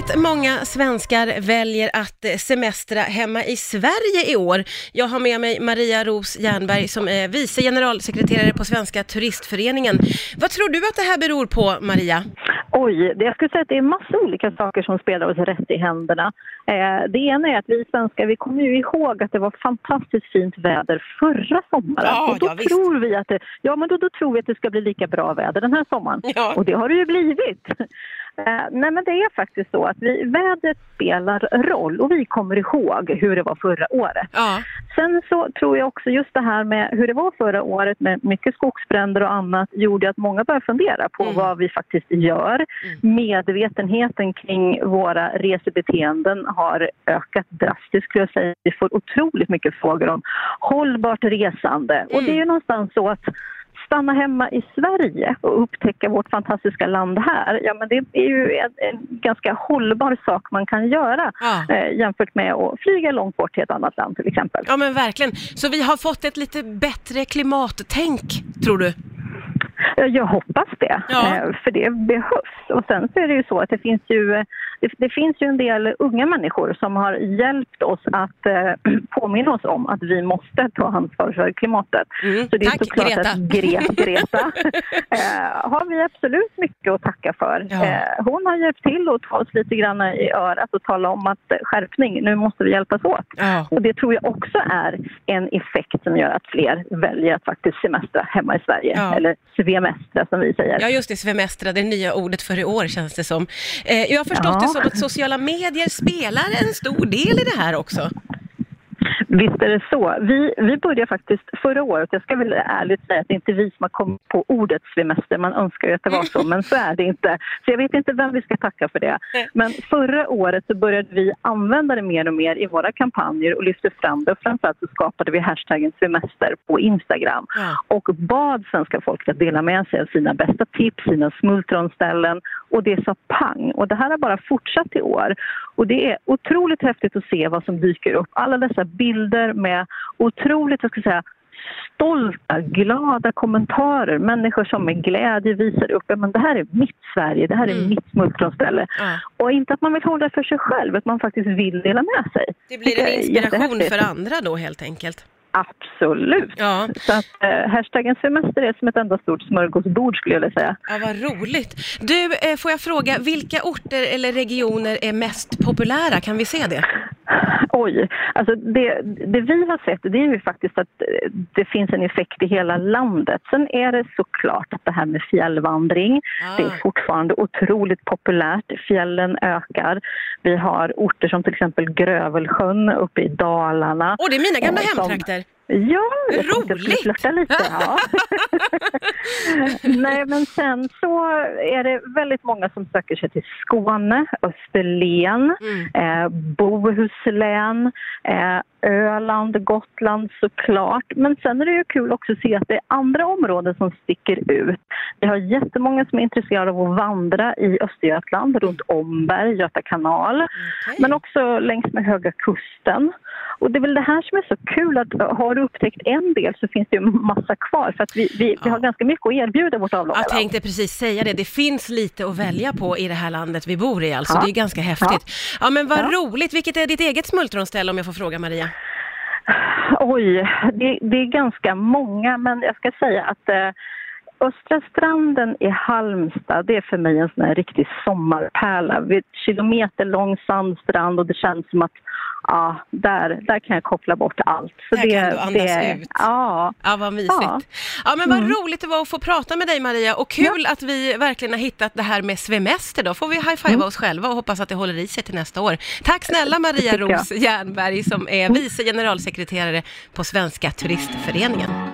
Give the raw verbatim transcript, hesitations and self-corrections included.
Väldigt många svenskar väljer att semestra hemma i Sverige i år. Jag har med mig Maria Ros Jernberg som är vice generalsekreterare på Svenska turistföreningen. Vad tror du att det här beror på, Maria? Oj, det jag skulle säga att det är massa olika saker som spelar oss rätt i händerna. Eh, det ena är att vi svenskar, vi kommer ju ihåg att det var fantastiskt fint väder förra sommaren. Ja, och då ja, tror vi att det, ja, men då, då tror vi att det ska bli lika bra väder den här sommaren. Ja. Och det har det ju blivit. Eh, nej, men det är faktiskt så att vi, vädret spelar roll och vi kommer ihåg hur det var förra året. Ja. Sen så tror jag också just det här med hur det var förra året med mycket skogsbränder och annat gjorde att många började fundera på mm. vad vi faktiskt gör. Mm. Medvetenheten kring våra resebeteenden har ökat drastiskt, skulle jag säga. Vi får otroligt mycket frågor om hållbart resande. Mm. Och det är ju någonstans så att stanna hemma i Sverige och upptäcka vårt fantastiska land här, ja, men det är ju en, en ganska hållbar sak man kan göra ja. eh, jämfört med att flyga långt bort till ett annat land till exempel. Ja, men verkligen. Så vi har fått ett lite bättre klimattänk, tror du? Jag hoppas det, ja. eh, för det behövs. Och sen så är det ju så att det finns ju, det, det finns ju en del unga människor som har hjälpt oss att eh, påminna oss om att vi måste ta ansvar för klimatet. Mm. Så det är Tack, såklart Greta. att Greta, Greta eh, har vi absolut mycket att tacka för. Ja. Eh, hon har hjälpt till att ta oss lite grann i örat och tala om att eh, skärpning, nu måste vi hjälpas åt. Ja. Och det tror jag också är en effekt som gör att fler väljer att faktiskt semestra hemma i Sverige. Ja. Eller svemestra som vi säger. Ja, just det, svemestra, det nya ordet för i år känns det som. Eh, jag har förstått ja. det som att sociala medier spelar en stor del i det här också. Visst är det så. Vi, vi började faktiskt förra året, jag ska väl ärligt säga att det är inte vi som har kommit på ordet svemester, man önskar ju att det var så, men så är det inte. Så jag vet inte vem vi ska tacka för det. Men förra året så började vi använda det mer och mer i våra kampanjer och lyfte fram det, och framförallt så skapade vi hashtaggen svemester på Instagram ja. och bad svenska folket att dela med sig av sina bästa tips, sina smultronställen, och det sa pang. Och det här har bara fortsatt i år. Och det är otroligt häftigt att se vad som dyker upp. Alla dessa bilder med otroligt, jag ska säga, stolta, glada kommentarer. Människor som med glädje visar upp, men det här är mitt Sverige, det här är mm. mitt smultronställe. Ja. Och inte att man vill hålla det för sig själv, att man faktiskt vill dela med sig. Det blir en inspiration för andra då helt enkelt. Absolut. Ja. Så att eh, hashtaggen semester är som ett enda stort smörgåsbord, skulle jag vilja säga. Ja, vad roligt. Du, eh, får jag fråga, vilka orter eller regioner är mest populära? Kan vi se det? Oj, alltså det, det vi har sett, det är ju faktiskt att det finns en effekt i hela landet. Sen är det såklart att det här med fjällvandring, ah. det är fortfarande otroligt populärt. Fjällen ökar. Vi har orter som till exempel Grövelsjön uppe i Dalarna. Åh, det är mina gamla eh, hemtrakter. Ja, jag roligt. tänkte att jag skulle lite. Ja. Nej, men sen så är det väldigt många som söker sig till Skåne, Österlen, mm. eh, Bohuslän, eh, Öland, Gotland såklart. Men sen är det ju kul också att se att det är andra områden som sticker ut. Vi har jättemånga som är intresserade av att vandra i Östergötland, runt Omberg, Göta kanal. Okay. Men också längs med Höga kusten. Och det är väl det här som är så kul, att har du upptäckt en del så finns det ju massa kvar. För att vi, vi, ja. vi har ganska mycket att erbjuda vårt avlånga land. Jag tänkte precis säga det. Det finns lite att välja på i det här landet vi bor i. Alltså. Ja. Det är ganska häftigt. Ja, ja men vad ja. roligt. Vilket är ditt eget smultronställe, om jag får fråga Maria? Oj, det, det är ganska många, men jag ska säga att eh, Östra stranden i Halmstad, det är för mig en sån här riktig sommarpärla. Vi ett kilometer lång sandstrand och det känns som att ja, där, där kan jag koppla bort allt. Så där det, kan du andas det, ut. Ja. Ja, vad mysigt. Ja, ja men vad mm. roligt det var att få prata med dig, Maria. Och kul ja. att vi verkligen har hittat det här med svemester. Då får vi high-fiva mm. oss själva och hoppas att det håller i sig till nästa år. Tack snälla Maria Ros Jernberg som är vice generalsekreterare på Svenska turistföreningen.